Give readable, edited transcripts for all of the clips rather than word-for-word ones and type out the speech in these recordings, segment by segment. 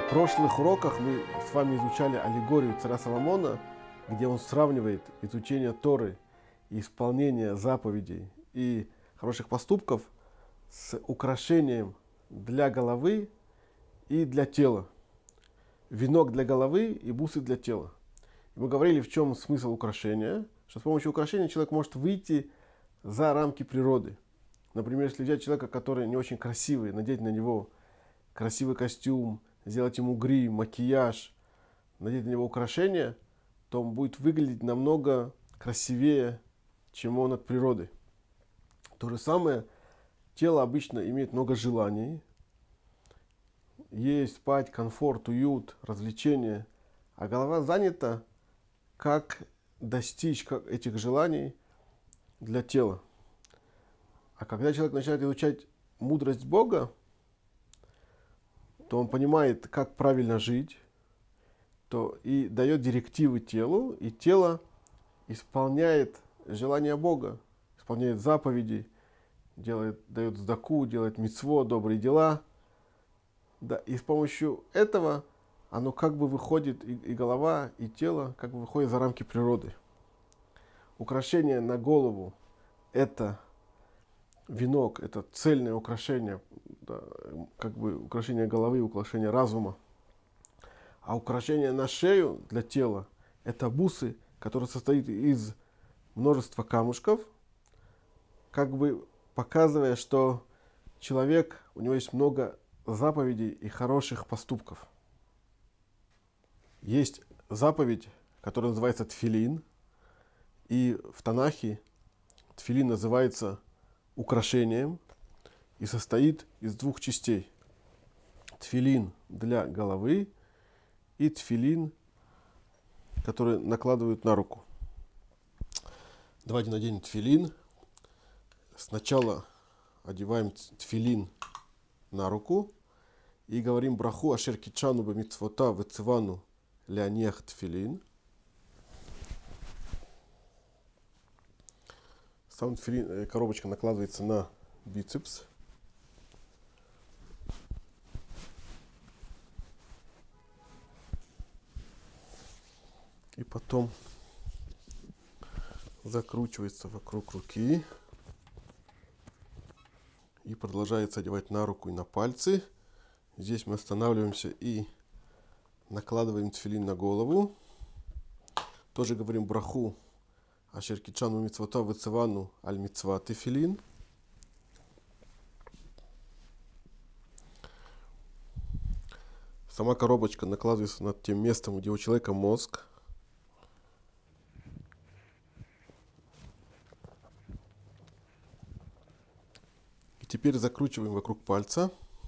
прошлых уроках мы с вами изучали аллегорию царя Соломона, где он сравнивает изучение Торы и исполнение заповедей и хороших поступков с украшением для головы и для тела. Венок для головы и бусы для тела. И мы говорили, в чем смысл украшения, что с помощью украшения человек может выйти за рамки природы. Например, если взять человека, который не очень красивый, надеть на него красивый костюм, сделать ему грим, макияж, надеть на него украшения, то он будет выглядеть намного красивее, чем он от природы. То же самое, тело обычно имеет много желаний. Есть, спать, комфорт, уют, развлечения. А голова занята, как достичь этих желаний для тела. А когда человек начинает изучать мудрость Бога, то он понимает, как правильно жить, то и дает директивы телу, и тело исполняет желания Бога, исполняет заповеди, дает сдаку, делает мицвот, добрые дела. Да, и с помощью этого оно как бы выходит, и голова, и тело как бы выходит за рамки природы. Украшение на голову – это венок, это цельное украшение, да, как бы украшение головы, украшение разума. А украшение на шею для тела – это бусы, которые состоят из множества камушков, как бы показывая, что человек, у него есть много заповедей и хороших поступков. Есть заповедь, которая называется тфилин, и в Танахе тфилин называется украшением и состоит из двух частей. Тфилин для головы и тфилин, который накладывают на руку. Давайте наденем тфилин. Сначала одеваем тфилин на руку и говорим браху ашер кичану бамитцвота вецивану леонех тфилин. Сам тфилин, коробочка накладывается на бицепс. И потом закручивается вокруг руки. И продолжается одевать на руку и на пальцы. Здесь мы останавливаемся и накладываем тфилин на голову. Тоже говорим браху ашер кичану мицвота вецивану аль мицва тефилин. Сама коробочка накладывается над тем местом, где у человека мозг. И теперь закручиваем вокруг пальца.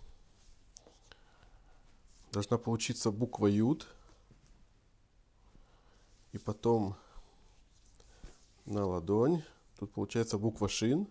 Должна получиться буква Юд. И потом на ладонь. Тут получается буква Шин.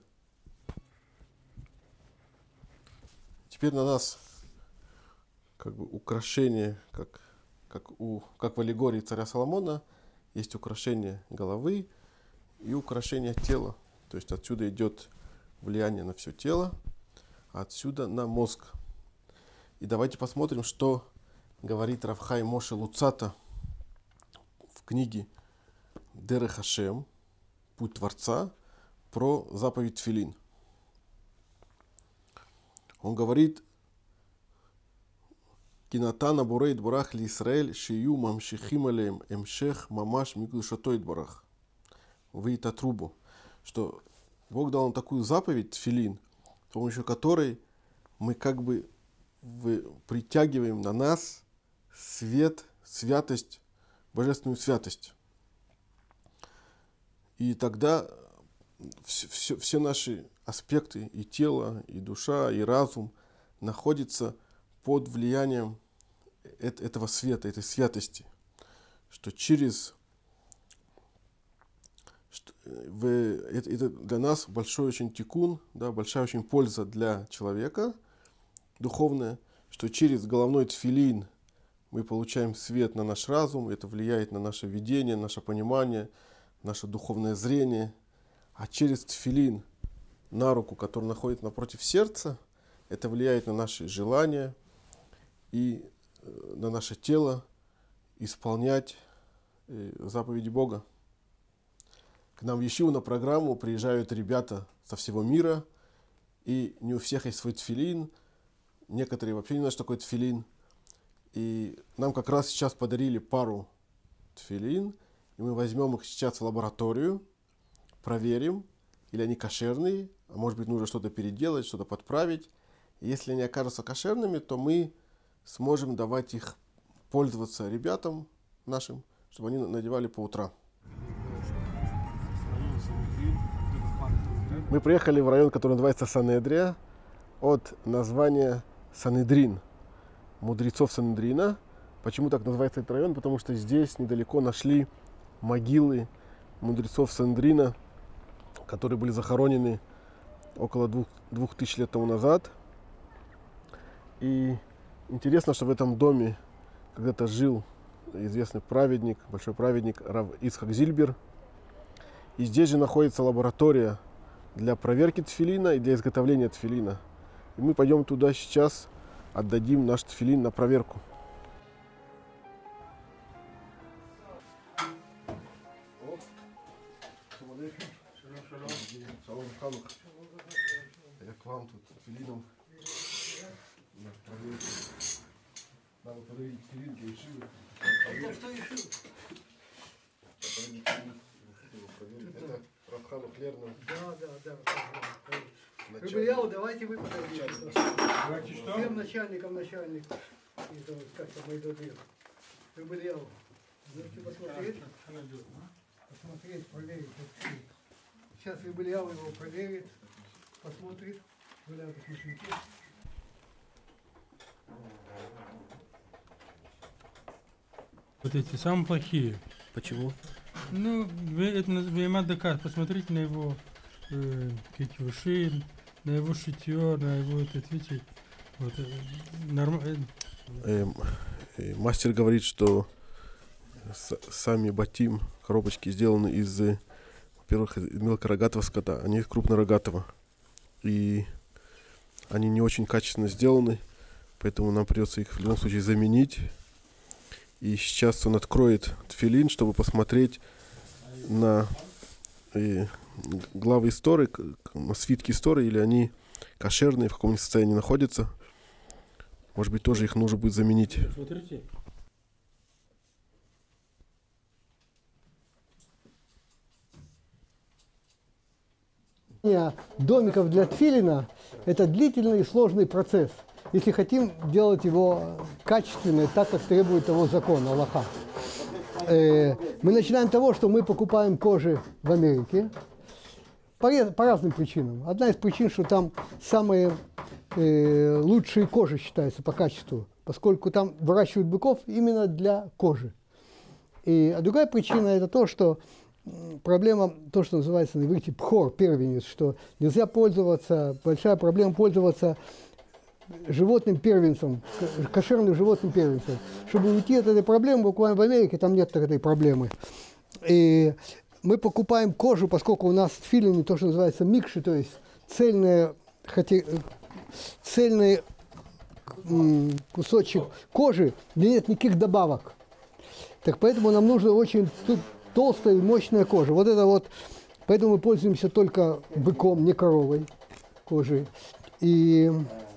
Теперь на нас как бы украшение, как в аллегории царя Соломона, есть украшение головы и украшение тела. То есть отсюда идет влияние на все тело, а отсюда на мозг. И давайте посмотрим, что говорит Рав Хаим Моше Луцата в книге Дерех Ашем, Путь Творца, про заповедь тфилин. Он говорит: Кинатана бурейт барах ли Исраэль шию мамшихим алеем эмшех мамаш миглушатой барах. Выйта трубу. Что Бог дал нам такую заповедь тфилин, с помощью которой мы как бы притягиваем на нас свет, святость, божественную святость. И тогда все наши аспекты, и тело, и душа, и разум находятся под влиянием этого света, этой святости. Что это для нас большой очень тикун, да, большая очень польза для человека духовная, что через головной тфилин мы получаем свет на наш разум, это влияет на наше видение, наше понимание, наше духовное зрение. А через тфилин на руку, который находится напротив сердца, это влияет на наши желания и на наше тело исполнять заповеди Бога. К нам в Ешиву на программу приезжают ребята со всего мира, и не у всех есть свой тфилин, некоторые вообще не знают, что такое тфилин. И нам как раз сейчас подарили пару тфилин, и мы возьмем их сейчас в лабораторию, проверим, или они кошерные, а может быть нужно что-то переделать, что-то подправить. И если они окажутся кошерными, то мы сможем давать их пользоваться ребятам нашим, чтобы они надевали по утрам. Мы приехали в район, который называется Санедрия, от названия Санедрин, мудрецов Санедрина. Почему так называется этот район? Потому что здесь недалеко нашли могилы мудрецов Санедрина, которые были захоронены около 2000 лет тому назад. И интересно, что в этом доме когда-то жил известный праведник, большой праведник Рав Ицхак Зильбер. И здесь же находится лаборатория для проверки тфилина и для изготовления тфилина. И мы пойдем туда сейчас, отдадим наш тфилин на проверку. Я к вам тут тфилином на проверку. Надо проверить тфилин для Ешивы. Это что Ешива? Это Рав Ханук Лернер. Да. Рыбельяу, давайте вы подойдите. Всем начальникам начальник. Как-то Майдодыр. Рыбельяу. Можете посмотреть? Посмотреть, проверить. Сейчас Рыбельяу его проверит, посмотрит. Рыбельяу, посмотрите. Вот эти самые плохие. Почему? Ну, Веймадакат, посмотрите на его шеи, на его шитье, на его этот, видите, вот, мастер говорит, что сами батим, коробочки сделаны из, во-первых, мелкорогатого скота, они из крупнорогатого. И они не очень качественно сделаны, поэтому нам придется их в любом случае заменить. И сейчас он откроет тфилин, чтобы посмотреть на главы истории, на свитки истории, или они кошерные, в каком состоянии находятся. Может быть, тоже их нужно будет заменить. Смотрите. Домиков для тфилина – это длительный и сложный процесс, если хотим делать его качественно, так как требует того закон, Аллаха. Мы начинаем с того, что мы покупаем кожи в Америке по разным причинам. Одна из причин, что там самые лучшие кожи считаются по качеству, поскольку там выращивают быков именно для кожи. А другая причина – это то, что проблема, то, что называется на иврите пхор, первенец, что нельзя пользоваться, большая проблема пользоваться животным первенцем, кошерным животным первенцем. Чтобы уйти от этой проблемы, буквально в Америке там нет этой проблемы. И мы покупаем кожу, поскольку у нас в тфилине то, что называется микши, то есть цельный кусочек кожи, где нет никаких добавок. Так поэтому нам нужна очень толстая и мощная кожа. Вот это вот, поэтому мы пользуемся только быком, не коровой кожей. И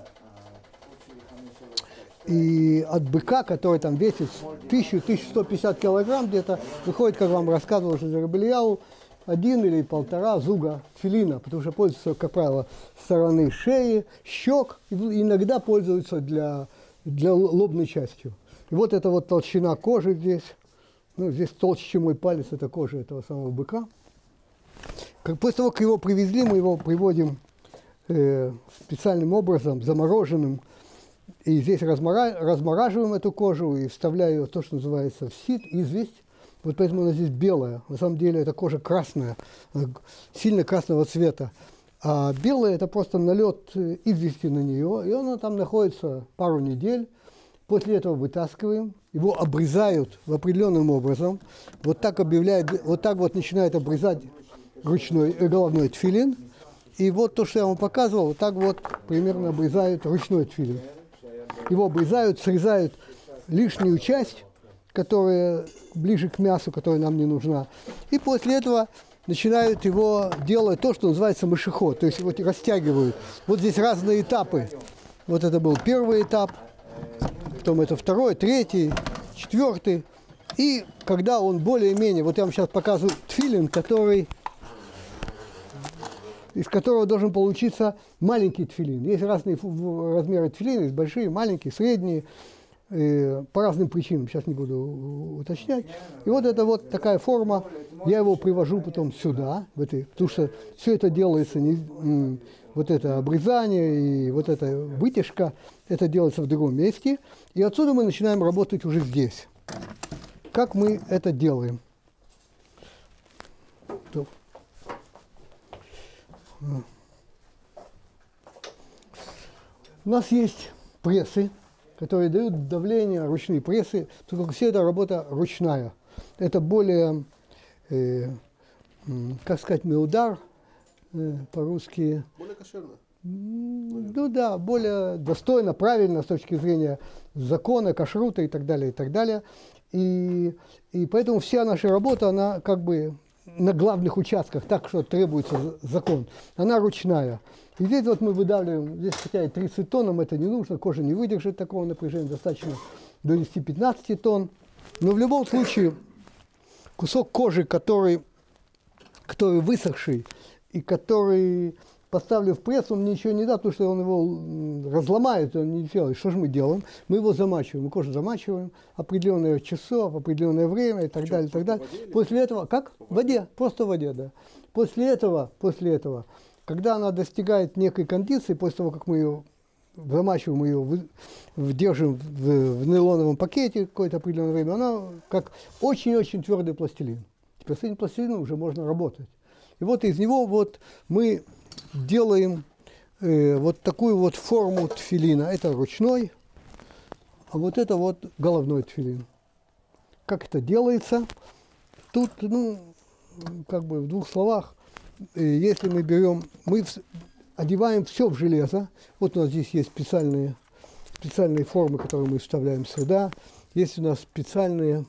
от быка, который там весит 1000-1150 килограмм где-то, выходит, как вам рассказывал Рабельяу, 1 или 1,5 зуга тфилина, потому что пользуются, как правило, с стороны шеи, щек, иногда пользуются для лобной частью. И вот эта вот толщина кожи здесь, ну, здесь толще, чем мой палец, это кожа этого самого быка. После того, как его привезли, мы его приводим специальным образом, замороженным, и здесь размораживаем эту кожу и вставляю то, что называется в сит, известь. Вот поэтому она здесь белая. На самом деле эта кожа красная, сильно красного цвета. А белая – это просто налет извести на нее, и она там находится пару недель. После этого вытаскиваем, его обрезают в определенным образом. Вот так объявляют, вот так вот начинают обрезать головной тфилин. И вот то, что я вам показывал, вот так вот примерно обрезают ручной тфилин. Его обрезают, срезают лишнюю часть, которая ближе к мясу, которая нам не нужна. И после этого начинают его делать то, что называется мышеход, то есть вот растягивают. Вот здесь разные этапы. Вот это был первый этап, потом это второй, третий, четвертый. И когда он более-менее, вот я вам сейчас показываю тфилин, из которого должен получиться маленький тфилин. Есть разные размеры тфилина, есть большие, маленькие, средние, по разным причинам, сейчас не буду уточнять. И вот это вот такая форма, я его привожу потом сюда, потому что все это делается, вот это обрезание и вот эта вытяжка, это делается в другом месте. И отсюда мы начинаем работать уже здесь. Как мы это делаем? У нас есть прессы, которые дают давление, ручные прессы, только все это работа ручная. Это более, как сказать, меудар по-русски. Более кошерно. Ну да, более достойно, правильно с точки зрения закона, кашрута и так далее, и так далее. И поэтому вся наша работа, она как бы на главных участках, так что требуется закон, она ручная. И здесь вот мы выдавливаем, здесь хотя и 30 тонн, нам это не нужно, кожа не выдержит такого напряжения, достаточно до 10-15 тонн. Но в любом случае кусок кожи, который высохший и который поставлю в пресс, он ничего не даст, потому что он его разломает, он не делает. Что же мы делаем? Мы его замачиваем, мы кожу замачиваем определенное часов, определенное время и так далее, и так далее. После этого, как? В воде, просто в воде, да. После этого, когда она достигает некой кондиции, после того, как мы ее замачиваем, мы ее держим в нейлоновом пакете какое-то определенное время, она как очень-очень твердый пластилин. Теперь с этим пластилином уже можно работать. И вот из него вот мы делаем вот такую вот форму тфилина. Это ручной, а вот это вот головной тфилин. Как это делается? Тут, ну, как бы в двух словах, если мы берем, мы одеваем все в железо. Вот у нас здесь есть специальные формы, которые мы вставляем сюда. Есть у нас специальные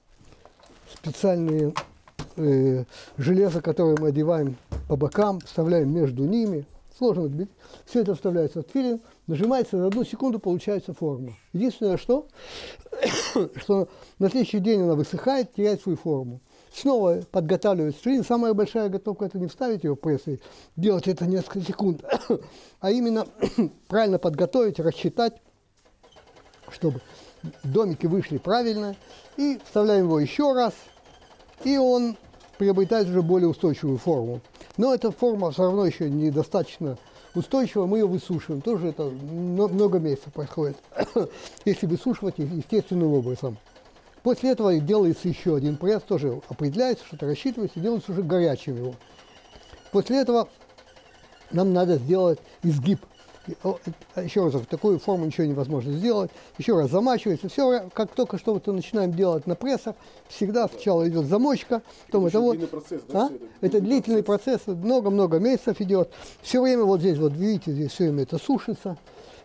железо, которое мы одеваем по бокам, вставляем между ними. Сложно отбить. Все это вставляется в тфилин, нажимается, за 1 секунду получается форма. Единственное, что на следующий день она высыхает, теряет свою форму. Снова подготавливать тфилин. Самая большая готовка – это не вставить его в пресс и делать это несколько секунд, а именно правильно подготовить, рассчитать, чтобы домики вышли правильно. И вставляем его еще раз, и он приобретает уже более устойчивую форму. Но эта форма все равно еще недостаточно устойчива, мы ее высушиваем. Тоже это много месяцев происходит, если высушивать естественным образом. После этого делается еще один пресс, тоже определяется, что-то рассчитывается, и делается уже горячим его. После этого нам надо сделать изгиб. Еще раз, в такую форму ничего невозможно сделать. Еще раз замачивается. Все, как только что-то начинаем делать на прессах, всегда сначала идет замочка, потом это вот. Процесс, да, это длительный процесс, много-много месяцев идет. Все время вот здесь, вот видите, здесь все время это сушится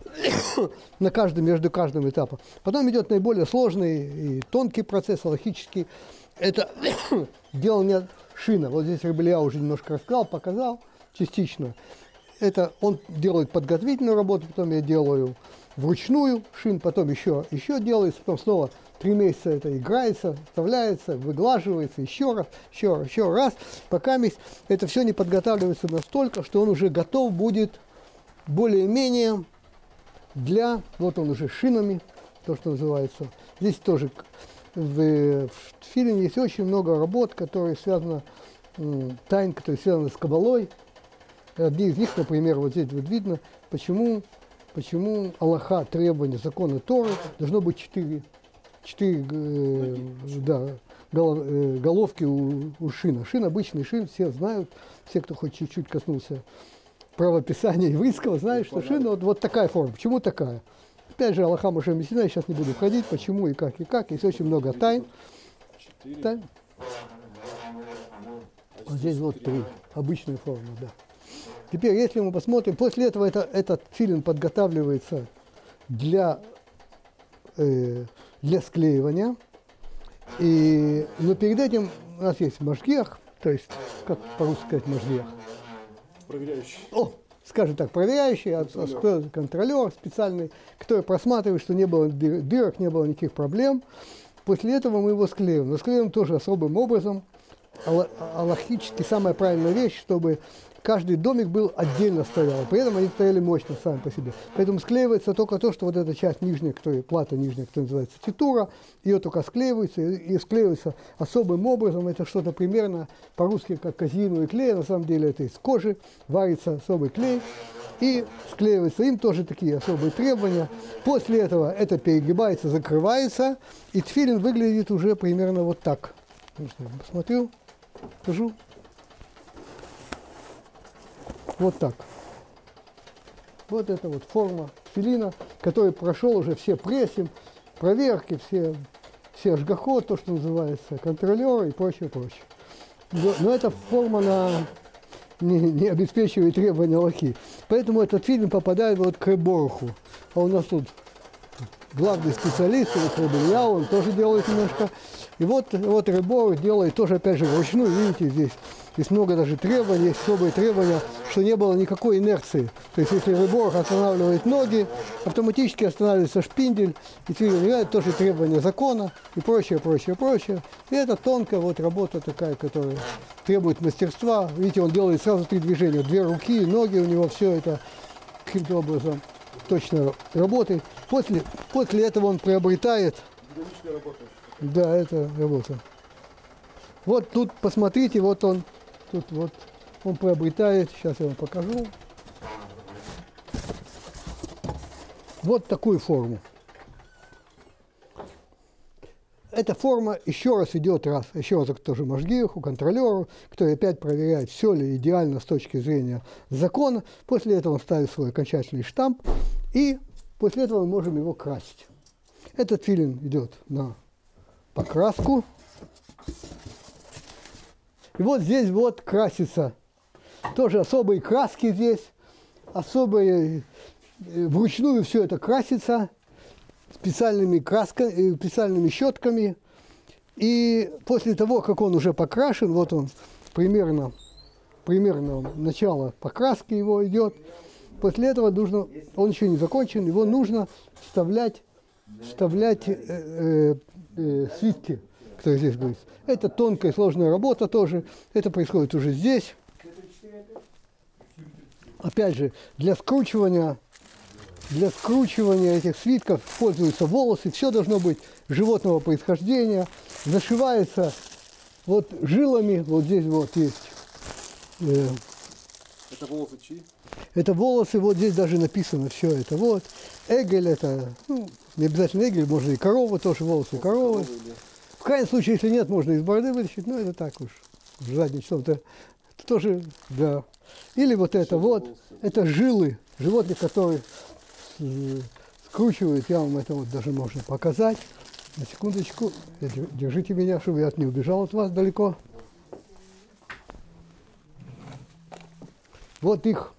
между каждым этапом. Потом идет наиболее сложный и тонкий процесс, логический. Это делание шина. Вот здесь Рабелия уже немножко рассказал, показал частично. Это он делает подготовительную работу, потом я делаю вручную шин, потом еще делается, потом снова 3 месяца это играется, вставляется, выглаживается, еще раз, пока это все не подготавливается настолько, что он уже готов будет более-менее для, вот он уже шинами, то, что называется. Здесь тоже в тфилине есть очень много работ, которые связаны, тайн, которые связаны с кабалой. Одни из них, например, вот здесь вот видно, почему Аллаха, требования, законы Торы, должно быть 4 головки у шина. Шин, обычный шин, все знают, все, кто хоть чуть-чуть коснулся правописания еврейского, знают, что шин вот такая форма. Почему такая? Опять же, Аллаха Моше Мессина, я сейчас не буду входить, почему и как. Есть очень много тайн. Вот здесь вот 3. Обычная форма, да. Теперь, если мы посмотрим, после этого этот тфилин подготавливается для для склеивания. Но перед этим у нас есть машгиах, то есть, как по-русски сказать машгиах? Проверяющий. Скажем так, проверяющий, контролер специальный, который просматривает, что не было дырок, не было никаких проблем. После этого мы его склеиваем. Но склеиваем тоже особым образом. Аллахически самая правильная вещь, чтобы каждый домик был отдельно стоял. При этом они стояли мощно сами по себе. Поэтому склеивается только то, что вот эта часть нижняя, плата нижняя, которая называется титура, ее только склеивается и склеивается особым образом. Это что-то примерно по-русски как казеиновый клей, на самом деле это из кожи, варится особый клей и склеивается. Им тоже такие особые требования. После этого это перегибается, закрывается, и тфилин выглядит уже примерно вот так. Посмотрю, покажу. Вот так. Вот это вот форма тфилина, который прошел уже все прессинг, проверки, все ашгахот, то, что называется, контролеры и прочее, прочее. Но эта форма не обеспечивает требования алахи. Поэтому этот тфилин попадает вот к Реборуху. А у нас тут главный специалист, вот Ребельяу, он тоже делает немножко. И вот Реборух делает тоже, опять же, вручную, видите, здесь много даже требований, есть особые требования, что не было никакой инерции. То есть, если Реборух останавливает ноги, автоматически останавливается шпиндель, и это тоже требования закона, и прочее, прочее, прочее. И это тонкая вот работа такая, которая требует мастерства. Видите, он делает сразу 3 движения, 2 руки, ноги, у него все это каким-то образом точно работает. После этого он приобретает... Да, это работа. Вот тут, посмотрите, вот он приобретает, сейчас я вам покажу, вот такую форму. Эта форма еще раз идет к тоже машгиху, контролеру, который опять проверяет, все ли идеально с точки зрения закона. После этого он ставит свой окончательный штамп, и после этого мы можем его красить. Этот тфилин идет на покраску. И вот здесь вот красится. Тоже особые краски здесь, особые, вручную все это красится специальными красками, специальными щетками. И после того, как он уже покрашен, вот он примерно начало покраски его идет. После этого нужно, он еще не закончен, его нужно вставлять свитки, которые здесь будет. Это тонкая, сложная работа тоже. Это происходит уже здесь. Опять же, для скручивания этих свитков используются волосы. Все должно быть животного происхождения. Зашивается вот жилами. Вот здесь вот есть. Это волосы чьи? Это волосы, вот здесь даже написано все это. Вот. Эгель это, не обязательно эгель, можно и корова тоже, волосы коровы. В крайнем случае, если нет, можно из бороды вытащить, но это так уж, задничном-то тоже, да. Или вот это вот, это жилы, животных, которые скручивают, я вам это вот даже можно показать. На секундочку, держите меня, чтобы я не убежал от вас далеко. Вот их,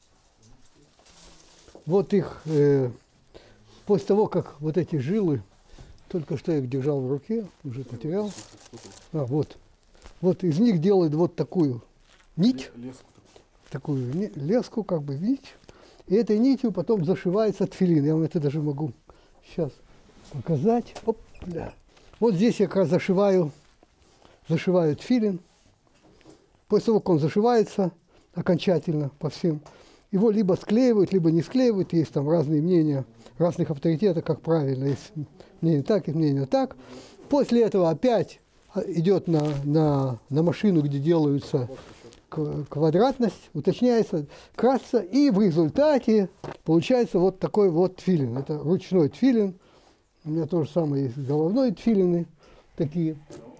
после того, как вот эти жилы, только что я их держал в руке, уже потерял. Вот из них делают вот такую нить, такую леску, как бы нить. И этой нитью потом зашивается тфилин. Я вам это даже могу сейчас показать. Опля. Вот здесь я как раз зашиваю тфилин. После того, как он зашивается окончательно по всем, его либо склеивают, либо не склеивают. Есть там разные мнения разных авторитетов, как правильно. Есть мнение так, и мнение так. После этого опять идет на машину, где делаются квадратность, уточняется, красится, и в результате получается вот такой вот тфилин. Это ручной тфилин. У меня то же самое есть головной тфилины такие.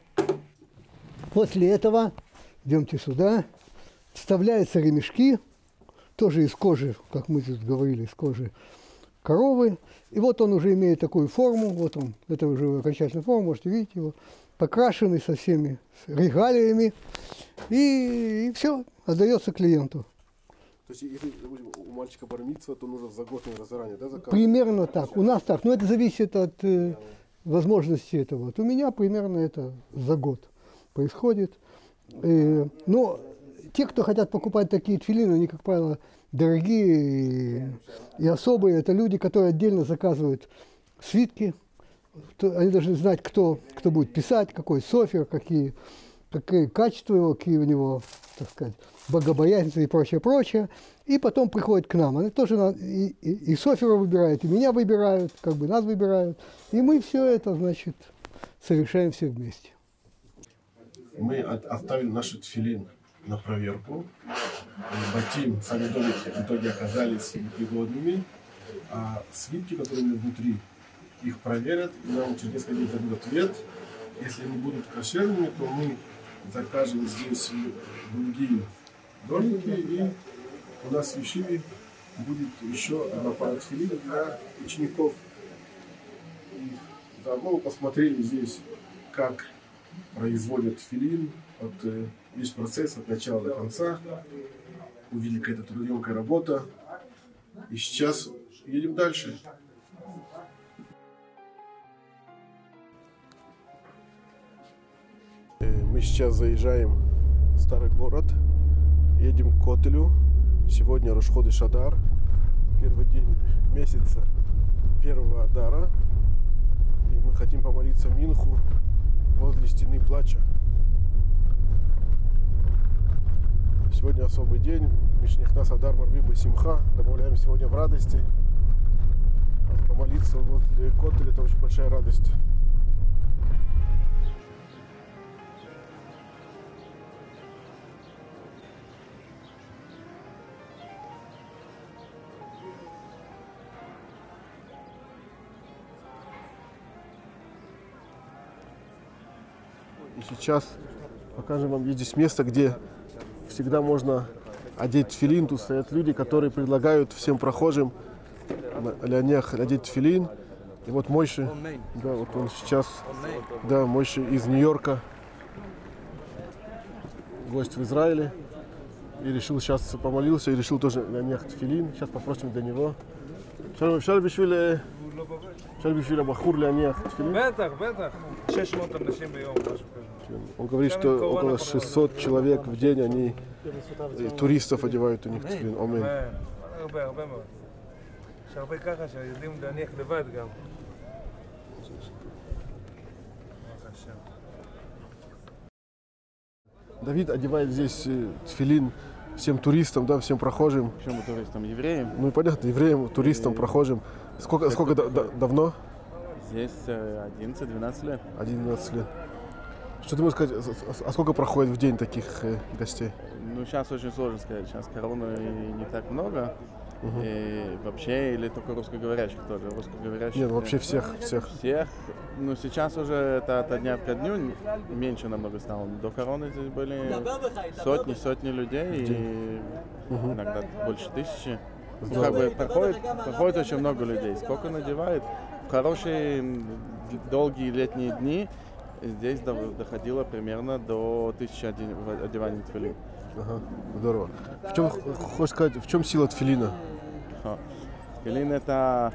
После этого, идемте сюда, вставляются ремешки, тоже из кожи, как мы тут говорили, из кожи коровы. И вот он уже имеет такую форму, вот он, это уже окончательная форма, можете видеть его, покрашенный со всеми регалиями, и все, отдается клиенту. То есть, если, допустим, у мальчика бар мицва, то нужно за год, наверное, заранее, да, заказывать? Примерно так, у нас так, но это зависит от возможности этого. Вот у меня примерно это за год происходит. Но те, кто хотят покупать такие тфилины, они, как правило, дорогие и особые. Это люди, которые отдельно заказывают свитки. Они должны знать, кто будет писать, какой софер, какие качества его, какие у него, так сказать, богобоязненность и прочее, прочее. И потом приходят к нам. Они тоже и софера выбирают, и меня выбирают, как бы нас выбирают. И мы все это, значит, совершаем все вместе. Мы оставили наш тфилин на проверку. Батим, сами доли в итоге оказались непригодными. А свитки, которые внутри, их проверят, и нам через несколько дней дадут ответ. Если они будут кошерными, то мы закажем здесь другие домики, и у нас в Ешиве будет еще одна пара тфилин для учеников. И заодно мы посмотрели здесь, как производят тфилин, весь процесс от начала до конца. Увидели, какая-то трудоемкая работа. И сейчас едем дальше. Мы сейчас заезжаем в старый город, едем к Котелю. Сегодня Рош ходеш Адар, первый день месяца первого Адара. И мы хотим помолиться Минху возле стены плача. Сегодня особый день. Мишнихнас Адар Марби Басимха. Добавляем сегодня в радости. Помолиться возле Котеля — это очень большая радость. И сейчас покажем вам, есть здесь место, где всегда можно одеть тфилин. Тут стоят люди, которые предлагают всем прохожим лянях одеть тфилин. И вот Мойши, да, вот он сейчас, да, Мойши из Нью-Йорка, гость в Израиле. И решил сейчас помолился, и решил тоже лянях тфилин. Сейчас попросим для него. אפשר בשביל הבחור להניח תפילין? בטח, בטח. 600 אנשים ביום, משהו כזה. Он говорит, что около 600 человек в день, они туристов одевают у них тфилин. Омен. הרבה, הרבה מאוד. יש הרבה ככה שיודעים להניח לבד גם. Давид одевает здесь тфилин всем туристам, да, всем прохожим. Почему туристам? Евреям? Ну и понятно, евреям, туристам, прохожим. Сколько давно? Здесь 11-12 лет. 11 лет. Что ты можешь сказать, а сколько проходит в день таких гостей? Ну, сейчас очень сложно сказать. Сейчас короны не так много. И вообще, или только русскоговорящих тоже? Русскоговорящих? Нет, вообще всех. Всех. Ну, сейчас уже это от дня ко дню меньше намного стало. До короны здесь были сотни людей, и иногда больше 1000. Ну, как бы проходит очень много людей. Сколько надевает? В хорошие долгие летние дни здесь доходило примерно до 1000 одеваний тфилин. Ага, здорово. Хочешь сказать, в чем сила тфилина? Тфилин это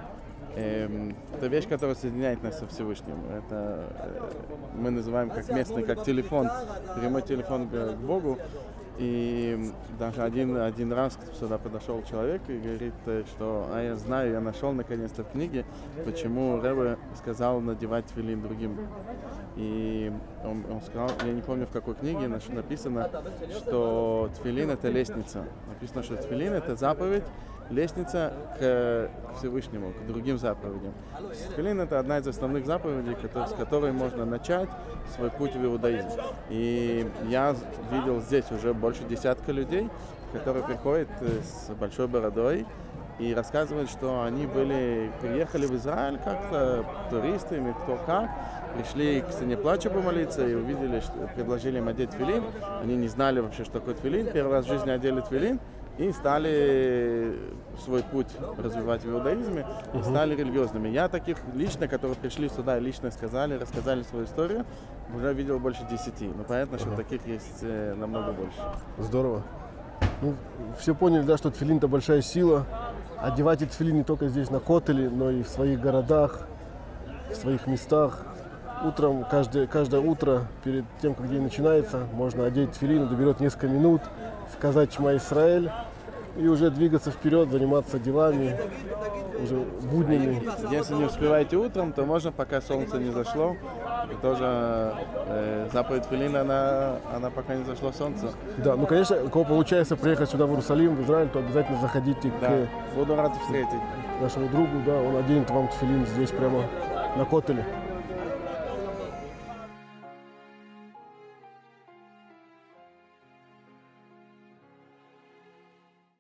вещь, которая соединяет нас со Всевышним. Это мы называем как местный, как телефон, прямой телефон к Богу. И даже один раз сюда подошел человек и говорит, что я знаю, я нашел наконец-то в книге, почему Ребе сказал надевать тфилин другим. И он сказал, я не помню в какой книге написано, что тфилин это лестница. Написано, что тфилин это заповедь, лестница к Всевышнему, к другим заповедям. Тфилин это одна из основных заповедей, с которой можно начать свой путь в иудаизм. И я видел здесь уже больше десятка людей, которые приходят с большой бородой и рассказывают, что они приехали в Израиль как-то туристами, кто как, пришли к стене плача помолиться и увидели, предложили им одеть тфилин. Они не знали вообще, что такое тфилин, первый раз в жизни одели тфилин и стали свой путь развивать в иудаизме и стали религиозными. Я таких лично, которые пришли сюда и лично рассказали свою историю, уже видел больше 10. Но понятно, что таких есть намного больше. Здорово. Ну, все поняли, да, что тфилин это большая сила. Одевать тфилин не только здесь на Котеле, но и в своих городах. в своих местах. Утром, каждое утро, перед тем, как день начинается, можно одеть тфилин, это берет несколько минут, сказать «Шма Исраэль» и уже двигаться вперед, заниматься делами, уже буднями. Если не успеваете утром, то можно, пока солнце не зашло. И тоже заповедь тфилина, она пока не зашло солнце. Да, ну, конечно, у кого получается приехать сюда в Иерусалим, в Израиль, то обязательно заходите Да, к буду рад встретить. нашему другу, да, он оденет вам тфилин здесь прямо на Котеле.